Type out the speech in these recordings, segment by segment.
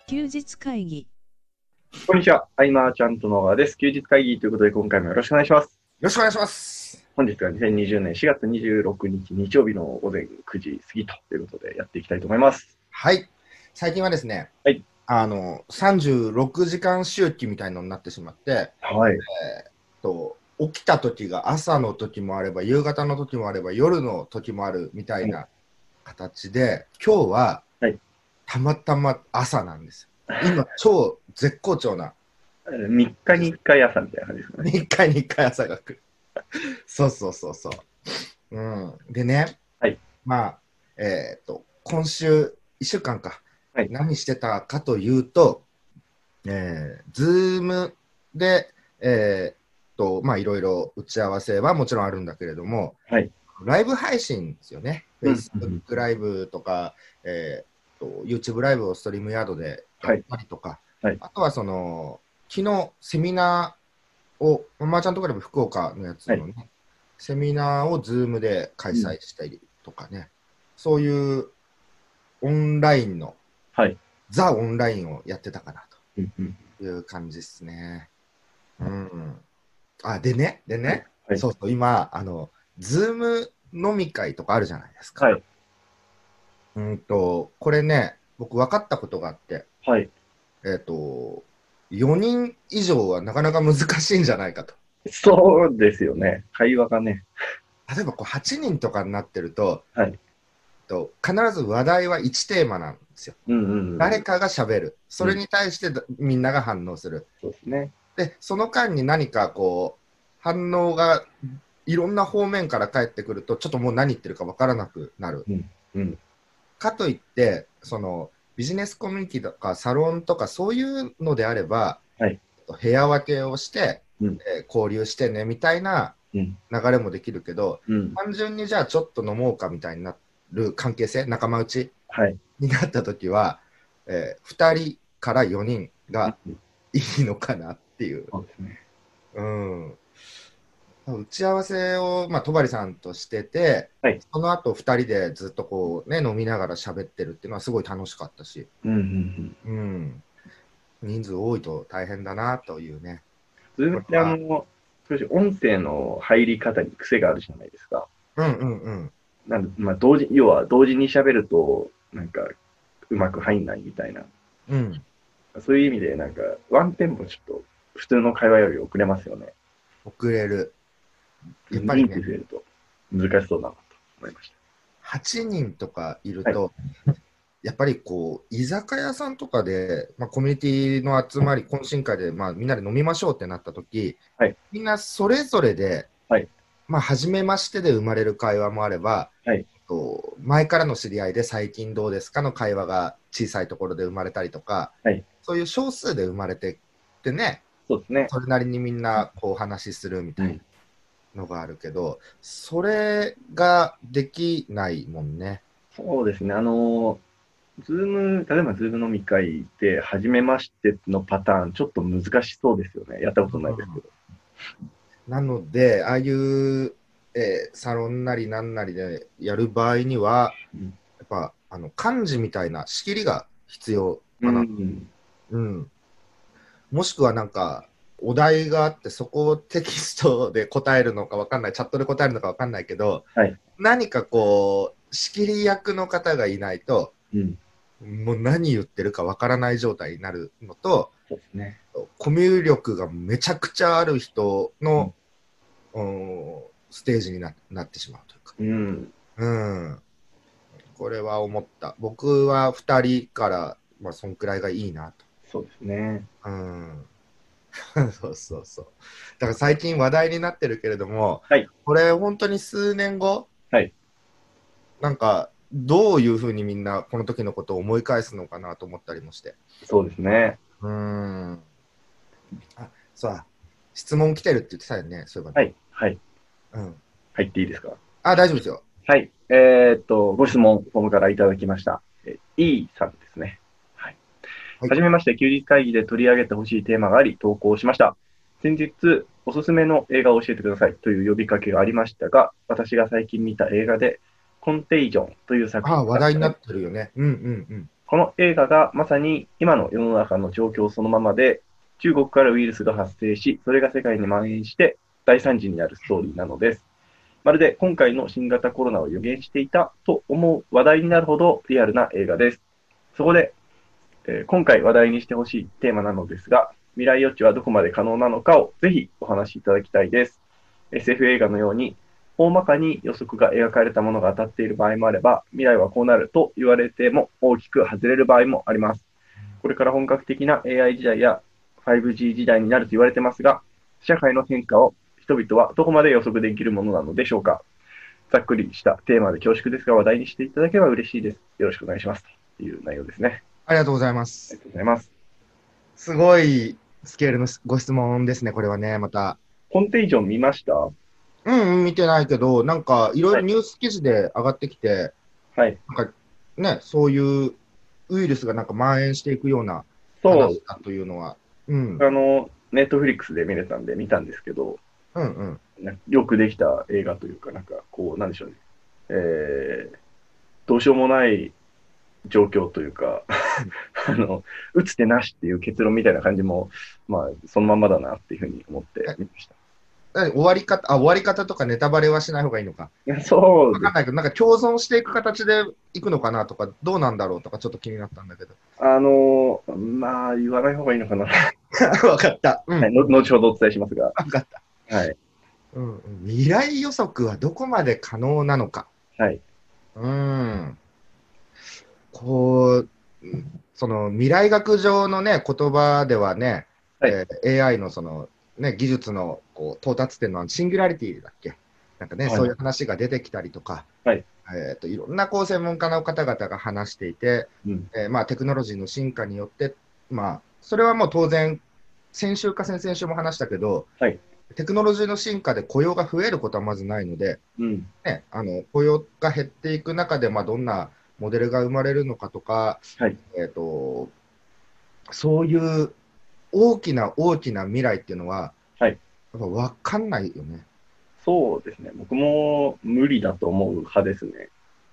休日会議。 こんにちは、アイマーちゃんと野川です。休日会議ということで今回もよろしくお願いします。 よろしくお願いします。 本日は2020年4月26日日曜日の午前9時過ぎということでやっていきたいと思います。 はい。最近はですね、 はい、 36時間周期みたいのになってしまって、 はい、 起きた時が朝の時もあれば、夕方の時もあれば、夜の時もあるみたいな形で、今日は、たまたま朝なんですよ。今、超絶好調な。 3日に1回朝みたいな感じですかね。 3日に1回朝が来る。そうそうそうそう。でね、 はい、 今週1週間か、 はい、 何してたかというと、Zoom で、いろいろ打ち合わせはもちろんあるんだけれども、 はい、 ライブ配信ですよね。Facebook ライブとか、YouTube ライブをストリームヤードでやったりとか、 はい、 あとは昨日セミナーを、マーチャントクラブ福岡のやつのね、セミナーを Zoom で開催したりとかね、そういうオンラインの、ザ・オンラインをやってたかなという感じですね。でね、そうそう、今、Zoom 飲み会とかあるじゃないですか。これね、僕分かったことがあって、4人以上はなかなか難しいんじゃないかと。 そうですよね、会話がね。 例えば8人とかになってると、必ず話題は1テーマなんですよ。誰かがしゃべる。それに対してみんなが反応する。 そうですね。 で、その間に何か反応がいろんな方面から返ってくると、ちょっともう何言ってるか分からなくなる。かといって、ビジネスコミュニティとかサロンとかそういうのであれば、部屋分けをして、交流してねみたいな流れもできるけど、単純にじゃあちょっと飲もうかみたいになる関係性、仲間内になったときは、2人から4人がいいのかなっていう。打ち合わせを、戸張さんとしてて、その後2人でずっと飲みながら喋ってるっていうのはすごい楽しかったし、人数多いと大変だなというね。 ズームって少し音声の入り方に癖があるじゃないですか。要は同時に喋るとなんかうまく入んないみたいな。そういう意味でなんかワンテンポちょっと普通の会話より遅れますよね。 遅れる。やっぱりね、 人数増えると難しそうだなと思いました。 8人とかいると、やっぱり居酒屋さんとかで、コミュニティの集まり、懇親会で、みんなで飲みましょうってなったとき、みんなそれぞれで、初めましてで生まれる会話もあれば、前からの知り合いで最近どうですかの会話が小さいところで生まれたりとか、そういう少数で生まれてってね、それなりにみんなお話しするみたいなのがあるけど、それができないもんね。 そうですね。例えばズーム飲み会で初めましてのパターン、ちょっと難しそうですよね。やったことないですけど。 なので、ああいう、サロンなりなんなりでやる場合には、やっぱ漢字みたいな仕切りが必要かな。もしくはなんかお題があって、そこをテキストで答えるのか分かんない、チャットで答えるのか分かんないけど、何か仕切り役の方がいないと、もう何言ってるか分からない状態になるのと、コミュ力がめちゃくちゃある人の、ステージに なってしまうというか、これは思った。僕は2人から、そんくらいがいいなと。 そうですね。 そうそうそう。だから最近話題になってるけれども、これ本当に数年後、なんかどういうふうにみんなこの時のことを思い返すのかなと思ったりもして。 そうですね。 そう質問来てるって言ってたよね、そういえばね。 入っていいですか？ 大丈夫ですよ。 ご質問、フォームからいただきました。E さんですね。はじめまして、休日会議で取り上げてほしいテーマがあり、投稿しました。先日、おすすめの映画を教えてくださいという呼びかけがありましたが、私が最近見た映画で、コンテイジョンという作品。 話題になってるよね。 この映画がまさに今の世の中の状況そのままで、中国からウイルスが発生し、それが世界に蔓延して大惨事になるストーリーなのです。まるで今回の新型コロナを予言していたと思う話題になるほどリアルな映画です。そこで、今回話題にしてほしいテーマなのですが、未来予知はどこまで可能なのかをぜひお話しいただきたいです。SF 映画のように大まかに予測が描かれたものが当たっている場合もあれば、未来はこうなると言われても大きく外れる場合もあります。これから本格的な AI 時代や 5G 時代になると言われてますが、社会の変化を人々はどこまで予測できるものなのでしょうか。ざっくりしたテーマで恐縮ですが話題にしていただければ嬉しいです。よろしくお願いします。という内容ですね。 ありがとうございまありす。 がとうございます。 すごいスケールのご質問ですね、これはね、また。 コンテージョン見ました？ 見てないけど、なんかいろいろニュース記事で上がってきて、 はい。 なんかね、そういうウイルスがなんか蔓延していくようなそう話だというのは、 ネットフリックスで見れたんで見たんですけど、 うんうん。 よくできた映画というか、なんかこう、なんでしょうね。どうしようもない状況というか、打つ手なしっていう結論みたいな感じも、まあ、そのままだなっていうふうに思って見ました。 終わり方とかネタバレはしない方がいいのか。 そうです。 わかんないけど、なんか共存していく形でいくのかなとか、どうなんだろうとか、ちょっと気になったんだけど。 まあ、言わない方がいいのかな。 わかった。 はい、後ほどお伝えしますが。 わかった。 はい。 未来予測はどこまで可能なのか。 はい。 こう、その未来学上のね、言葉ではね、 はい、 AI のその、ね、技術のこう到達点のシンギュラリティだっけなんかね、 はい、 そういう話が出てきたりとか、 はい、 いろんなこう専門家の方々が話していて、まあ、テクノロジーの進化によって、まあ、それはもう当然、先週か先々週も話したけど、 はい、 テクノロジーの進化で雇用が増えることはまずないので、ね、雇用が減っていく中で、まあ、どんなモデルが生まれるのかとか、 はい、 そういう大きな大きな未来っていうのは、 はい、 やっぱ分かんないよね。 そうですね。僕も無理だと思う派ですね。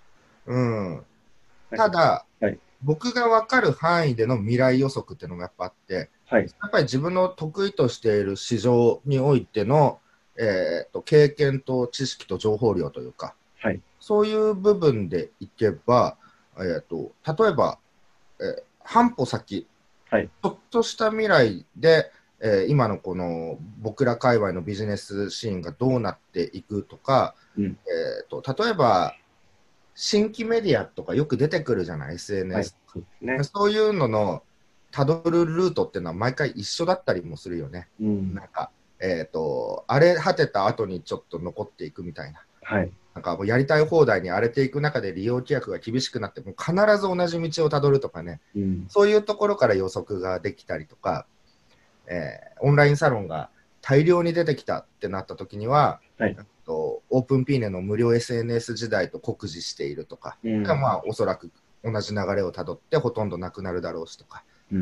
ただ、 はい、 僕が分かる範囲での未来予測っていうのがやっぱあって、 はい、 やっぱり自分の得意としている市場においての、経験と知識と情報量というか、 はい、 そういう部分でいけば、例えば、半歩先、 はい、 ちょっとした未来で、今のこの僕ら界隈のビジネスシーンがどうなっていくとか、例えば新規メディアとかよく出てくるじゃない、SNS、 はい、 そういうののたどるルートっていうのは毎回一緒だったりもするよね。なんか、荒れ果てた後にちょっと残っていくみたいな。 はい、 なんかもうやりたい放題に荒れていく中で利用規約が厳しくなって、もう必ず同じ道をたどるとかね、そういうところから予測ができたりとか、オンラインサロンが大量に出てきたってなった時には、オープンピーネの無料 SNS 時代と酷似しているとか、まあおそらく同じ流れをたどってほとんどなくなるだろうしとか。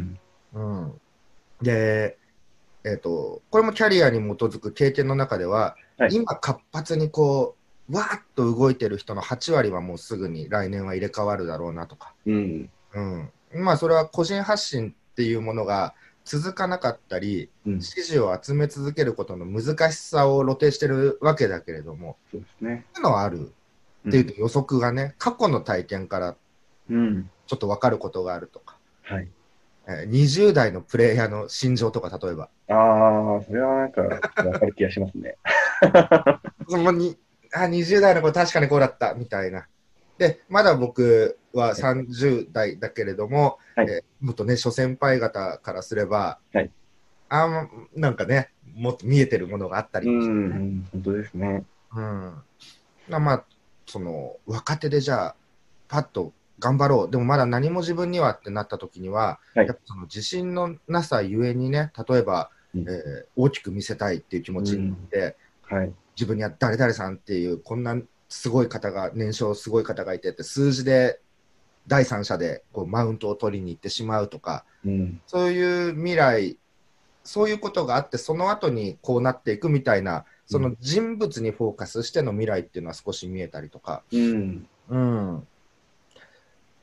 で、これもキャリアに基づく経験の中では、今活発にこうわーっと動いてる人の8割はもうすぐに来年は入れ替わるだろうなとか、まあそれは個人発信っていうものが続かなかったり、支持を集め続けることの難しさを露呈してるわけだけれども、 そうですね。 そういうのはあるっていうと予測がね、過去の体験からちょっと分かることがあるとか、20代のプレイヤーの心情とか、例えば。 ああ、それはなんか分かる気がしますね。 そこに20代の子確かにこうだったみたいな。で、まだ僕は30代だけれども、もっとね、諸先輩方からすれば、なんかね、もっと見えてるものがあったりもして、 本当ですね。 まあ、その若手でじゃあ、パッと頑張ろう、でもまだ何も自分にはってなった時には、やっぱその自信のなさゆえにね、例えば、大きく見せたいっていう気持ちになって、自分には誰々さんっていうこんなすごい方が、年少すごい方がいてって数字で第三者でこうマウントを取りに行ってしまうとか、そういう未来、そういうことがあってその後にこうなっていくみたいな、その人物にフォーカスしての未来っていうのは少し見えたりとか、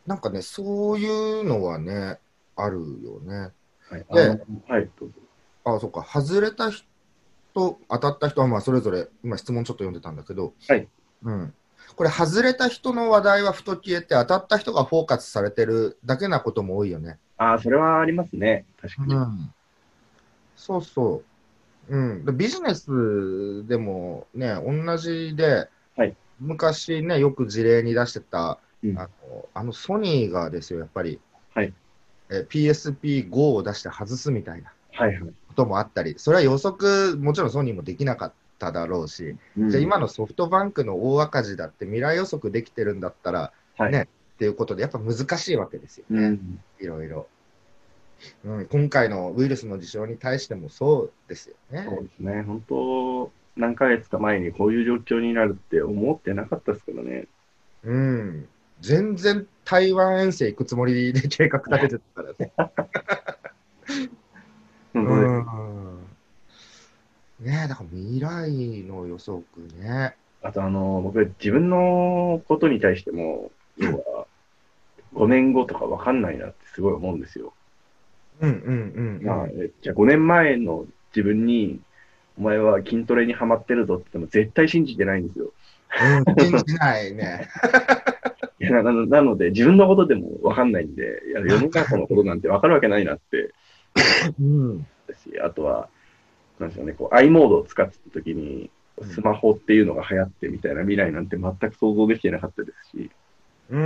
なんかね、そういうのはね、あるよね。 はい。 で、 はい、どうぞ。 そうか、外れた人、当たった人はまあそれぞれ、今質問ちょっと読んでたんだけど、 はい。 うん、これ、外れた人の話題はふと消えて、当たった人がフォーカスされてるだけなことも多いよね。 ああ、それはありますね。確かに。 うん、そうそう。うん、でビジネスでもね、同じで、 はい。 昔ね、よく事例に出してた、 うん。 あのソニーがですよ、やっぱり、 はい。 PSP-GO を出して外すみたいなはい、はい。 こともあったり、それは予測、もちろんソニーもできなかっただろうし、じゃあうん。 今のソフトバンクの大赤字だって未来予測できてるんだったら、 はい。 ね、っていうことで、やっぱ難しいわけですよね、 うん。 いろいろ。うん、今回のウイルスの事象に対してもそうですよね。 そうですね。本当、何ヶ月か前にこういう状況になるって思ってなかったですからね。 うん、全然台湾遠征行くつもりで計画立ててたからね。う本当です。 ん。ねえ、だから未来の予測ね。 あと、僕、自分のことに対しても、要は、5年後とかわかんないなってすごい思うんですよ。 うんうんうんまあ、じゃあ5年前の自分に、お前は筋トレにハマってるぞって言っても絶対信じてないんですよ。 うん。うん、信じないね。 いやなので、自分のことでもわかんないんで、いや、世の中のことなんてわかるわけないなってうん。 し、あとは、なんでしょうね、こう、i モードを使ってた時に、 うん。 スマホっていうのが流行ってみたいな未来なんて全く想像できてなかったですし、 うん。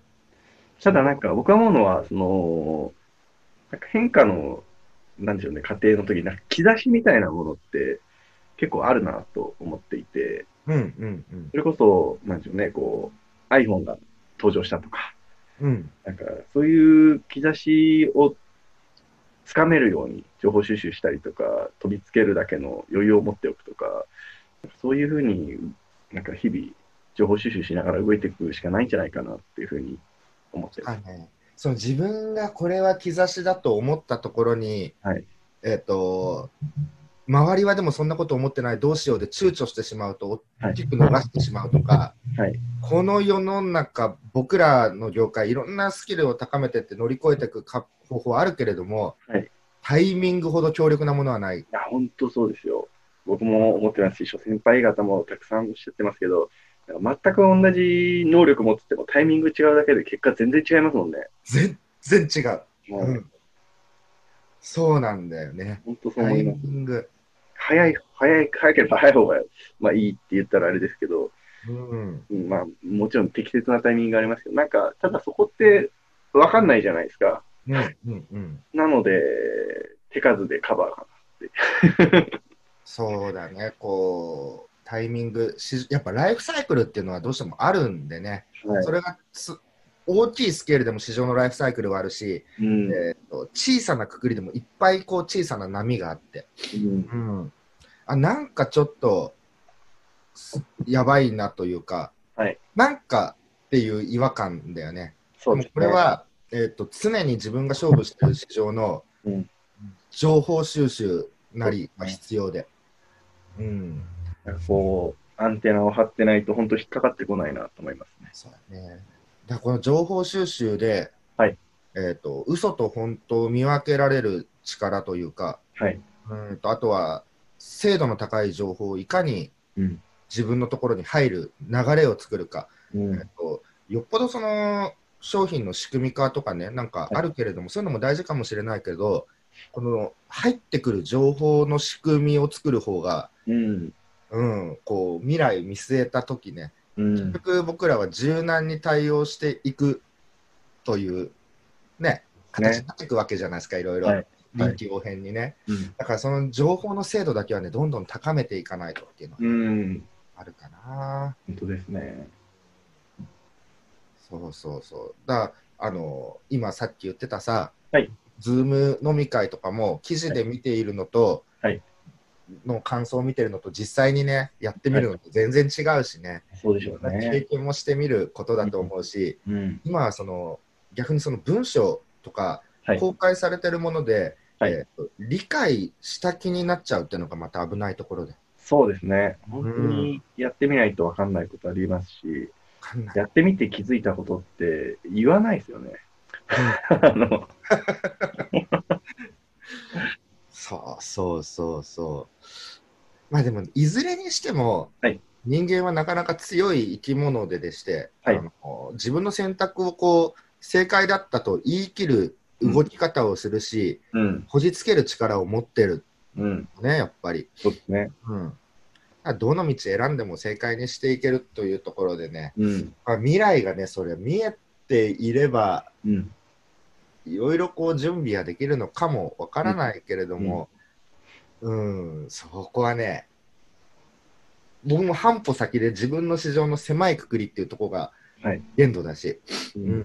そう。 ただなんか僕は思うのは、なんか変化の、なんでしょうね、過程の時に、なんか兆しみたいなものって結構あるなと思っていて、 うんうんうん。 それこそ、なんでしょうね、こう、iPhone が登場したとか、 うん。 なんかそういう兆しをつかめるように情報収集したりとか、飛びつけるだけの余裕を持っておくとか、そういうふうになんか日々情報収集しながら動いていくしかないんじゃないかなっていうふうに思ってます。 はいね。その自分がこれは兆しだと思ったところに、 はい。 えっと、周りはでもそんなこと思ってない、どうしようで躊躇してしまうと、大はい。 きく逃してしまうとか、 はい。 この世の中、僕らの業界、いろんなスキルを高めてって乗り越えていく方法はあるけれども、 はい。いタイミングほど強力なものはない。 や、本当そうですよ。僕も思ってますし、諸先輩方もたくさんおっしゃってますけど、全く同じ能力持っててもタイミング違うだけで結果全然違いますもんね。 全然違う。 はい。 うん。そうなんだよね。 本当そうタイミ思います。 ング。 早ければ早い方が、まあいいって言ったらあれですけど、 うん。 うん、まあもちろん適切なタイミングがありますけど、なんか、ただそこってわかんないじゃないですか。 うん。うん。うん。 なので、手数でカバーかなって。 そうだね。こう、タイミング、やっぱライフサイクルっていうのはどうしてもあるんでね。 はい。 それが大きいスケールでも市場のライフサイクルはあるし、 うん。 小さな括りでもいっぱいこう小さな波があって、 うん。 うん、なんかちょっとやばいなというか、 はい。 なんかっていう違和感だよね。でもそうですね。 これは、常に自分が勝負している市場のうん。 情報収集なりがそうですね。 必要で。うん、 なんかこう、アンテナを張ってないと本当引っかかってこないなと思いますね。 そうだね。だからこの情報収集で、 はい。 嘘と本当を見分けられる力というか、 はい。 あとは精度の高い情報をいかにうん。 自分のところに入る流れを作るか、 うん。 よっぽどその商品の仕組み化とかね、なんかはい。 あるけれども、そういうのも大事かもしれないけど、この入ってくる情報の仕組みを作る方が、 うん。 こう未来見据えたときね、結うん。 局僕らは柔軟に対応していくというね、形ね。 になっていくわけじゃないですか、いろいろ。 はい。はい。 臨機応変にね。 うん。 だからその情報の精度だけはね、どんどん高めていかないとっていうのはうね、 ん。 あるかな。 本当ですね。 そうそうそう。今さっき言ってたさ、 はい。 ズーム飲み会とかも記事はい。 で見ているのと、 はい。 の感想を見てるのと実際にね、やってみはい。 るのと全然違うしね、 そうでしょいろんな経うね。 験もしてみることだとうん。 思うし、 うん。 今は逆にその文章とかはい。 公開されてるもので、 はい。 理解した気になっちゃうっていうのがまた危ないところで。 そうですね。本当うん。 にやってみないとわかんないことありますし、 かんない。 やってみて気づいたことって言わないですよね。 そうそうそうそう。まあでも、いずれにしても、 はい、 人間はなかなか強い生き物でして、 はい、 自分の選択をこう正解だったと言い切る動き方をするし、 うん、 こじつける力を持ってるうん、 ね、やっぱり。 そうですね。 うん、どの道選んでも正解にしていけるというところでね、 うん、 まあ、未来がね、それ見えていれば、 うん、 いろいろこう準備はできるのかもわかうん、 らないけれどうん、 も、そこはね、僕も半歩先で自分の市場の狭いくくりっていうところがはい、 限度だし、 うん、 うん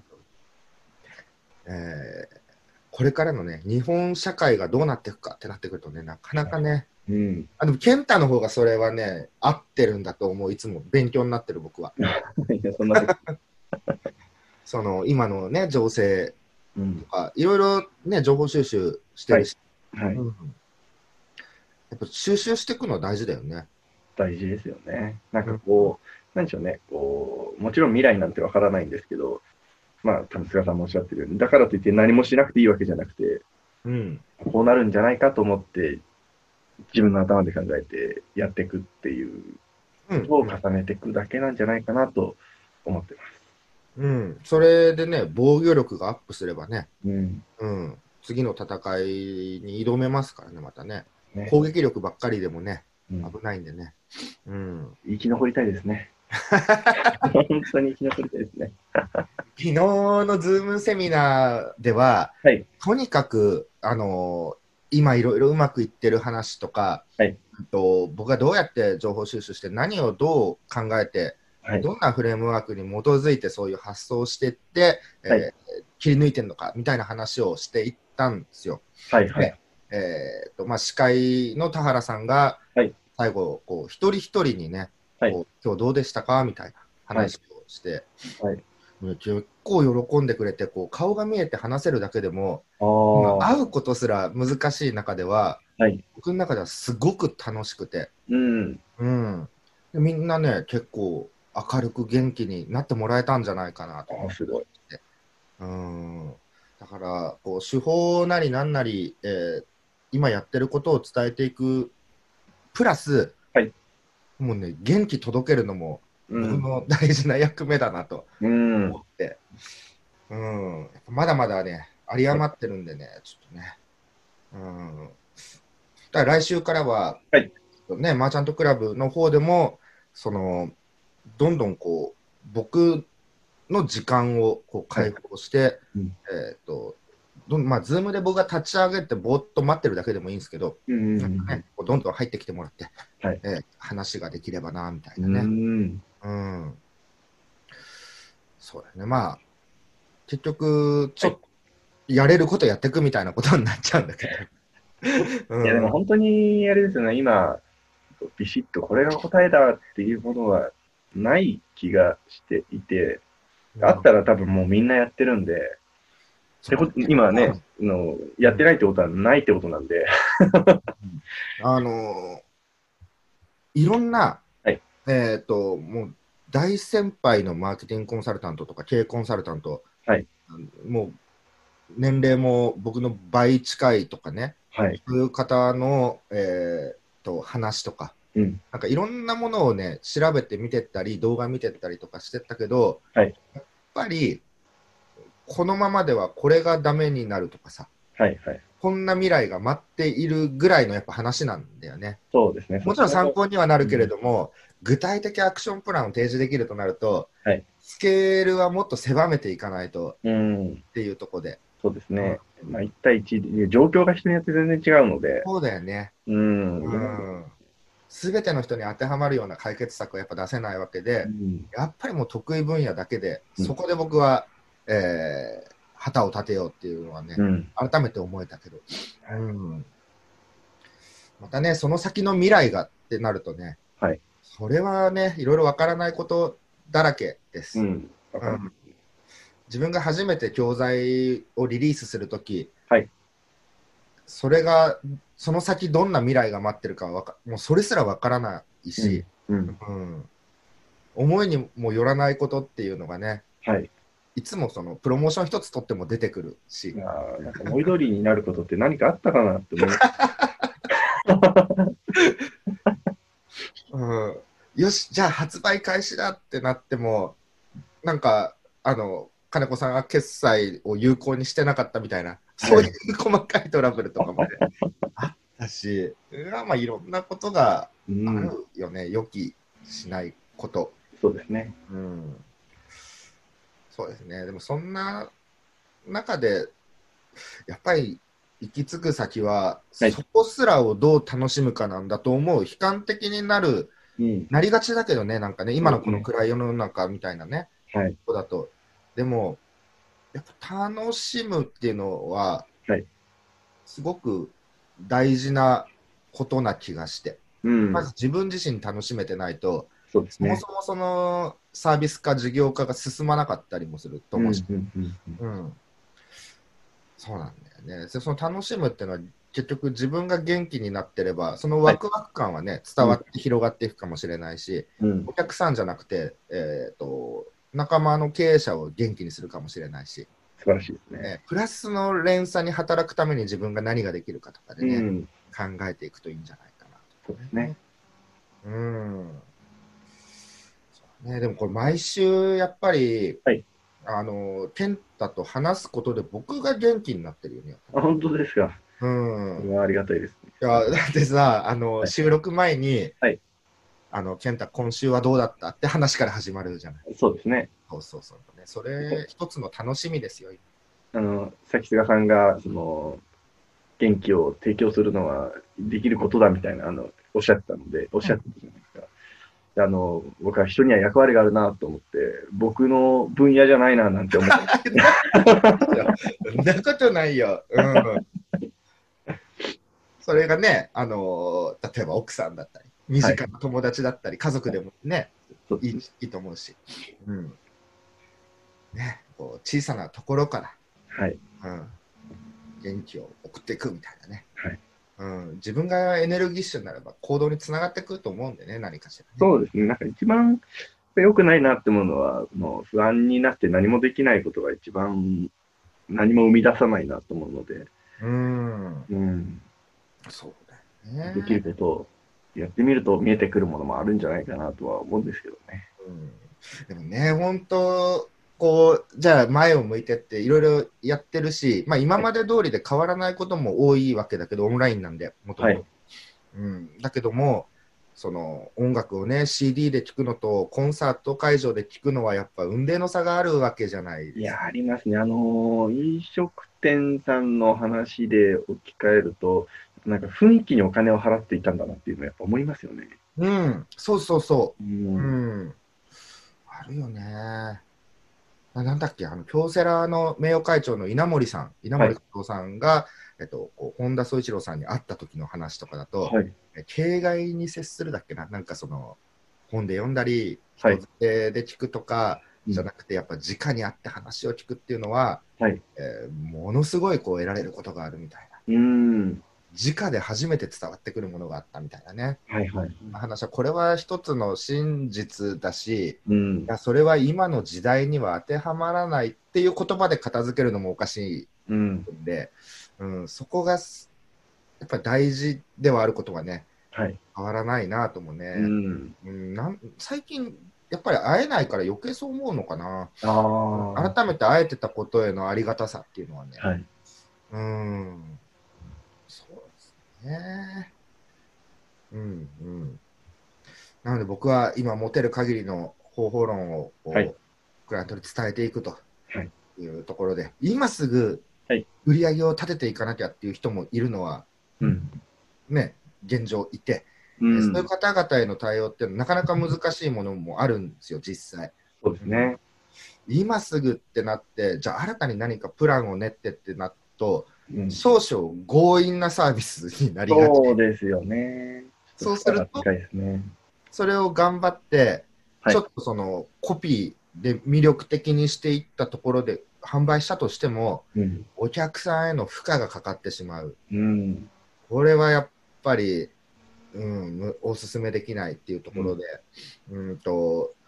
えーこれからのね、日本社会がどうなっていくかってなってくるとね、なかなかね、 うん。 でも健太の方がそれはね、合ってるんだと思う、いつも勉強になってる僕は。 いや、そんなこと。 その今のね、情勢うん、 とか、いろいろね、情報収集してはい、 るし、 はい。 うん、やっぱ収集していくのは大事だよね。 大事ですよね。なんうん、 かこう、なんでしょうね、こう、もちろん未来なんてわからないんですけど、まあ、多分菅さんもおっしゃってるように、だからといって何もしなくていいわけじゃなくて、 うん、 こうなるんじゃないかと思って、自分の頭で考えてやっていくっていううん、 ことを重ねていくだけなんじゃないかなと思ってます。 うん、それでね、防御力がアップすればね、 うん。 次の戦いに挑めますからね、またね。 ね。 攻撃力ばっかりでもね、 うん。 危ないんでね。うん、 生き残りたいですね。本当に生き残りたいですね。 昨日のズームセミナーでは、 はい。 とにかく、今いろいろうまくいってる話とか、 はい。 僕がどうやって情報収集して何をどう考えて、 はい。 どんなフレームワークに基づいてそういう発想をしていって、 はい。 切り抜いてるのかみたいな話をしていったんですよ。 はい。はい。 で、まあ、司会の田原さんがはい。 最後こう一人一人にね、 はい。 こう今日どうでしたかみたいなはい。 話をして、 はい。 結構喜んでくれてこう顔が見えて話せるだけでもあ今あ。 会うことすら難しい中でははい。 僕の中ではすごく楽しくて、 うん。 でみんなね結構明るく元気になってもらえたんじゃないかなと思ああ、すごい。 って、だからこう手法なりなんなり、今やってることを伝えていくプラスはい。 もうね元気届けるのも僕うん。 の大事な役目だなとうん。 思って、まだまだね有りはい。 余ってるんでねちょっとね、だから来週からははい。 ね、マーチャントクラブの方でも、その、どんどんこう、僕の時間をこうはい。 開放して、 うん。 まあ、ズームで僕が立ち上げて、ぼーっと待ってるだけでもいいんですけど、 うん。うなんかね、 ん。 こうどんどん入ってきてもらって、 はい。 話ができればな、みたいうなね。 ん。 うん、そうだね。まあ、結局、ちはい。 ょっと、やれることやっていくみたいなことになっちゃうんだけど。 いや、でうん、 も本当に、あれですよね、今、ビシッとこれが答えだっていうものはない気がしていて、あっうん、 たら多分もうみんなやってるんで、 そうね。 今ね、やってうん、 ないってことはないってことなんで、 あのいろんな、 はい。 もう大先輩のマーケティングコンサルタントとか経営コンサルタント、 はい。 もう年齢も僕の倍近いとかね、 はい。 そういう方の、話とか、 うん。 なんかいろんなものをね、調べて見てったり、動画見てったりとかしてったけど、 はい。 やっぱりこのままではこれがダメになるとかさ、 はい。はい。 こんな未来が待っているぐらいのやっぱ話なんだよね。 そうですね。そもちろん参こ。 考にはなるけれうん。 ども、具体的アクションプランを提示できるとなると、 はい。 スケールはもっと狭めていかないとうん。 っていうところで。 そうですうん、 ね。まあ、1対1で、状況が人によって全然違うので、 そうだよね。 うん。 すべての人に当てはまるような解決策はやっぱ出せないわけで、 うん。 やっぱりもう得意分野だけで、 うん。 そこで僕は、旗を立てようっていうのはね、 うん。 改めて思えたけど、うん、またね、その先の未来がってなるとね、 はい。 それはね、いろいろわからないことだらけです。 うん。わかります。 うん、自分が初めて教材をリリースするとき、 はい。 それが、その先どんな未来が待ってるかはもうそれすらわからないし、 うん。うん。 うん、 思いにもよらないことっていうのがね、 はい。 いつもそのプロモーション一つ取っても出てくるし、 なんか思い通りになることって何かあったかなって思います。 うん、よし、じゃあ発売開始だってなっても、なんか、金子さんが決済を有効にしてなかったみたいな、そういう細かいトラブルとかもね、あったし、まあ、いろんなことがあるよね、予期しないこと。 そうですね。 うん、そうですね。でもそんな中で、やっぱり行き着く先は、 はい。 そこすらをどう楽しむかなんだと思う、悲観的になりがちだけどね、なんかね、今のこの暗い世の中みたいなね、 はい。 だと。でも、やっぱ楽しむっていうのは、 はい。 すごく大事なことな気がして、まず自分自身楽しめてないと、 そうですね。 そもそもそのサービス化、事業化が進まなかったりもすると思うし、そうなんだよね。その楽しむっていうのは、結局自分が元気になってれば、そのワクワク感はね、伝わって広がっていくかもしれないし、お客さんじゃなくて、仲間の経営者を元気にするかもしれないし、 素晴らしいですね。 プラスの連鎖に働くために自分が何ができるかとかでね、考えていくといいんじゃないかなと、 そうですね。 そうね。でもこれ毎週やっぱり、 はい。 健太と話すことで僕が元気になってるよね。 本当ですか。 うん。 それはありがたいですね。 いや、だってさ、 はい。 収録前に、 はい。 健太今週はどうだったって話から始まるじゃない。 そうですね。 そうそうそう。ね、それ一つの楽しみですよ。 さっき菅さんが、元気を提供するのはできることだみたいな、おっしゃってたので、おっしゃってたじゃないですか。僕は人には役割があるなと思って、僕の分野じゃないななんて思って。 そんなことないよ。うん。それがね、例えば奥さんだったり、身近な友達だったり、家族でもね、いいと思うし。うん。ね、こう小さなところから、 はい。 元気を送っていくみたいなね。 はい。 自分がエネルギッシュになれば行動につながってくると思うんでね、何かしら、ね。 そうですね。なんか一番良くないなって思うのは、不安になって何もできないことが一番何も生み出さないなと思うので、 そうだよね。 できることをやってみると見えてくるものもあるんじゃないかなとは思うんですけどね。 でもね、本当、じゃあ前を向いてっていろいろやってるし、まあ、今まで通りで変わらないことも多いわけだけど、オンラインなんで、もともと。だけども、その音楽をね、CD で聴くのとコンサート会場で聴くのはやっぱ雲泥の差があるわけじゃないですか。 いや、ありますね。飲食店さんの話で置き換えると、なんか雰囲気にお金を払っていたんだなっていうのはやっぱ思いますよね。 そうそうそう。あるよね。なんだっけ、京セラの名誉会長の稲盛さんが、本田宗一郎さんに会った時の話とかだと、形骸に接するだっけな、なんかその、本で読んだり、人づてで聞くとか、じゃなくて、やっぱ直に会って話を聞くっていうのは、ものすごい得られることがあるみたいな。直で初めて伝わってくるものがあったみたいなね。話は、これは一つの真実だし、いやそれは今の時代には当てはまらないっていう言葉で片付けるのもおかしいんで、そこがやっぱり大事ではあることがね、変わらないなともね、最近やっぱり会えないから余計そう思うのかな。改めて会えてたことへのありがたさっていうのはね、そうですね。なので僕は今持てる限りの方法論をクライアントに伝えていくというところで、今すぐ売り上げを立てていかなきゃっていう人もいるのは、ね、現状いて、そういう方々への対応ってなかなか難しいものもあるんですよ、実際。 そうですね。 今すぐってなって、じゃあ新たに何かプランを練ってってなると、少々強引なサービスになりがち。 そうですよね。 そうすると、それを頑張って、ちょっとそのコピーで魅力的にしていったところで販売したとしても、お客さんへの負荷がかかってしまう。これはやっぱり、おすすめできないっていうところで、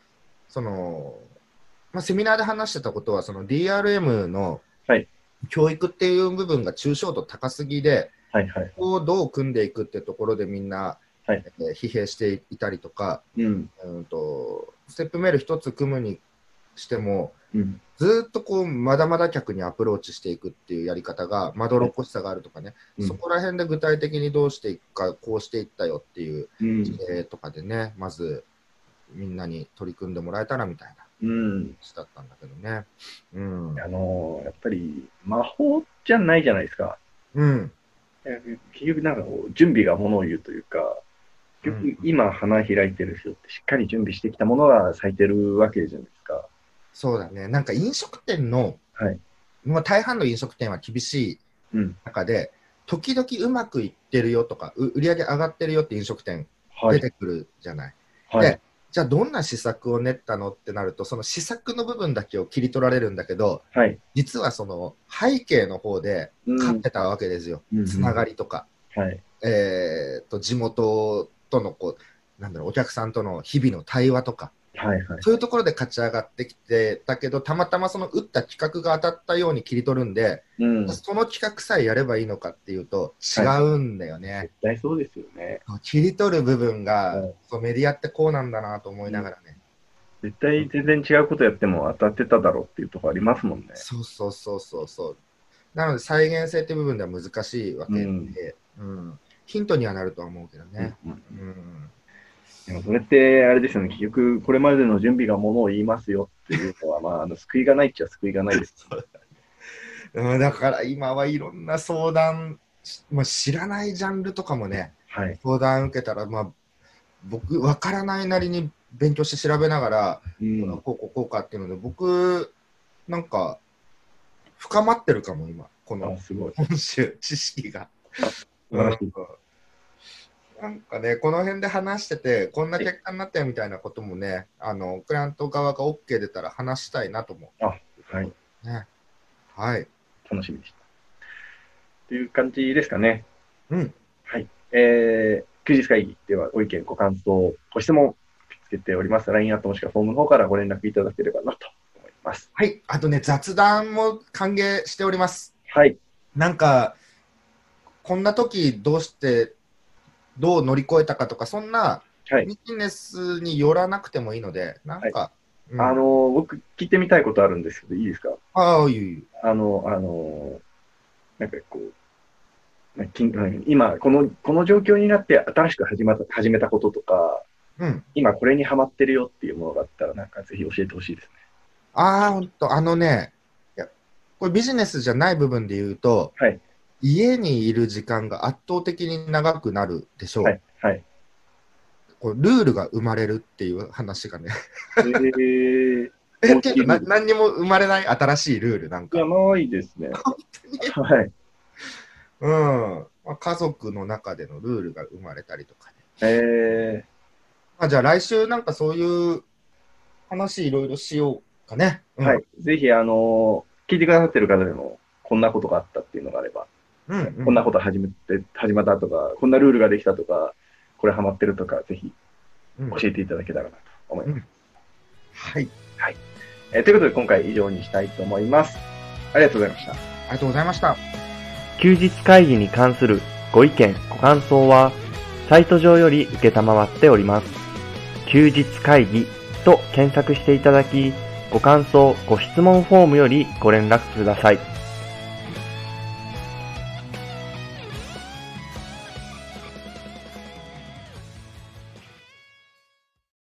その、セミナーで話してたことは、その DRM のはい教育っていう部分が抽象度高すぎで、 はいはい。 ここをどう組んでいくってところでみんな、 はい疲弊していたりとか、 うん。 ステップメール一つ組むにしても、 うん。 ずっとこうまだまだ客にアプローチしていくっていうやり方がまどろっこしさがあるとかね、 うんそこら辺で具体的にどうしていくか、こうしていったよっていううん。 事例とかでね、まずみんなに取り組んでもらえたらみたいなうん。 話だったんだけどね。うん。 やっぱり魔法じゃないじゃないですか。 うん。 結局なんかこう準備がものを言うというか、結局今花開いてる人ってしっかり準備してきたものが咲いてるわけじゃないですか。 そうだね。なんか飲食店の、 はい。 大半の飲食店は厳しい中で、時々うまくいってるよとか、売り上げ上がってるよって飲食店出てくるじゃない。 はい。 で、じゃあどんな施策を練ったのってなると、その施策の部分だけを切り取られるんだけど、 はい。 実はその背景の方で勝ってたわけですよ。つながりとか、 はい。 地元とのお客さんとの日々の対話とか、 はいはい。 そういうところで勝ち上がってきてたけど、たまたまその打った企画が当たったように切り取るんで、その企画さえやればいいのかっていうと違うんだよね。 絶対そうですよね。 切り取る部分が、メディアってこうなんだなと思いながらね。 絶対全然違うことやっても当たってただろうっていうところありますもんね。 そう。なので再現性っていう部分では難しいわけで、ヒントにはなるとは思うけどね。 でもそれってあれですよね、結局これまでの準備がものを言いますよっていうのは、救いがないっちゃ救いがないです。 だから今はいろんな相談、知らないジャンルとかもね、相談受けたら、僕分からないなりに勉強して調べながら、こうかっていうので、僕なんか深まってるかも今、この本州知識が。なんかね、この辺で話してて、こんな結果になったよみたいなこともね、クライアント側が OK 出たら話したいなと思う。 はい。 ね。はい。 楽しみでした。という感じですかね。はい。休日会議ではご意見、ご感想、ご質問、受け付けております。LINE アットもしくはフォームの方からご連絡いただければなと思います。 はい。あとね、雑談も歓迎しております。 はい。 なんか、こんな時どう乗り越えたかとか、そんなビジネスによらなくてもいいので、なんか、 僕聞いてみたいことあるんですけど、いいですか？ いい。 なんかこう、今この状況になって新しく始めたこととか、今これにハマってるよっていうものがあったら、なんかぜひ教えてほしいですね。 ほんと、これビジネスじゃない部分で言うと、家にいる時間が圧倒的に長くなるでしょう。こうルールが生まれるっていう話がね。何にも生まれない新しいルールなんか。 いや、ないですね。 本当に。 はい。 家族の中でのルールが生まれたりとかね。じゃあ来週なんかそういう話いろいろしようかね。 はい。ぜひ、聞いてくださってる方でも、こんなことがあったっていうのがあれば、こんなこと始まったとか、こんなルールができたとか、これハマってるとか、ぜひ教えていただけたらなと思います。 はい。 はい。ということで、今回以上にしたいと思います。ありがとうございました。 ありがとうございました。 休日会議に関するご意見、ご感想は、サイト上より受けたまわっております。休日会議と検索していただき、ご感想、ご質問フォームよりご連絡ください。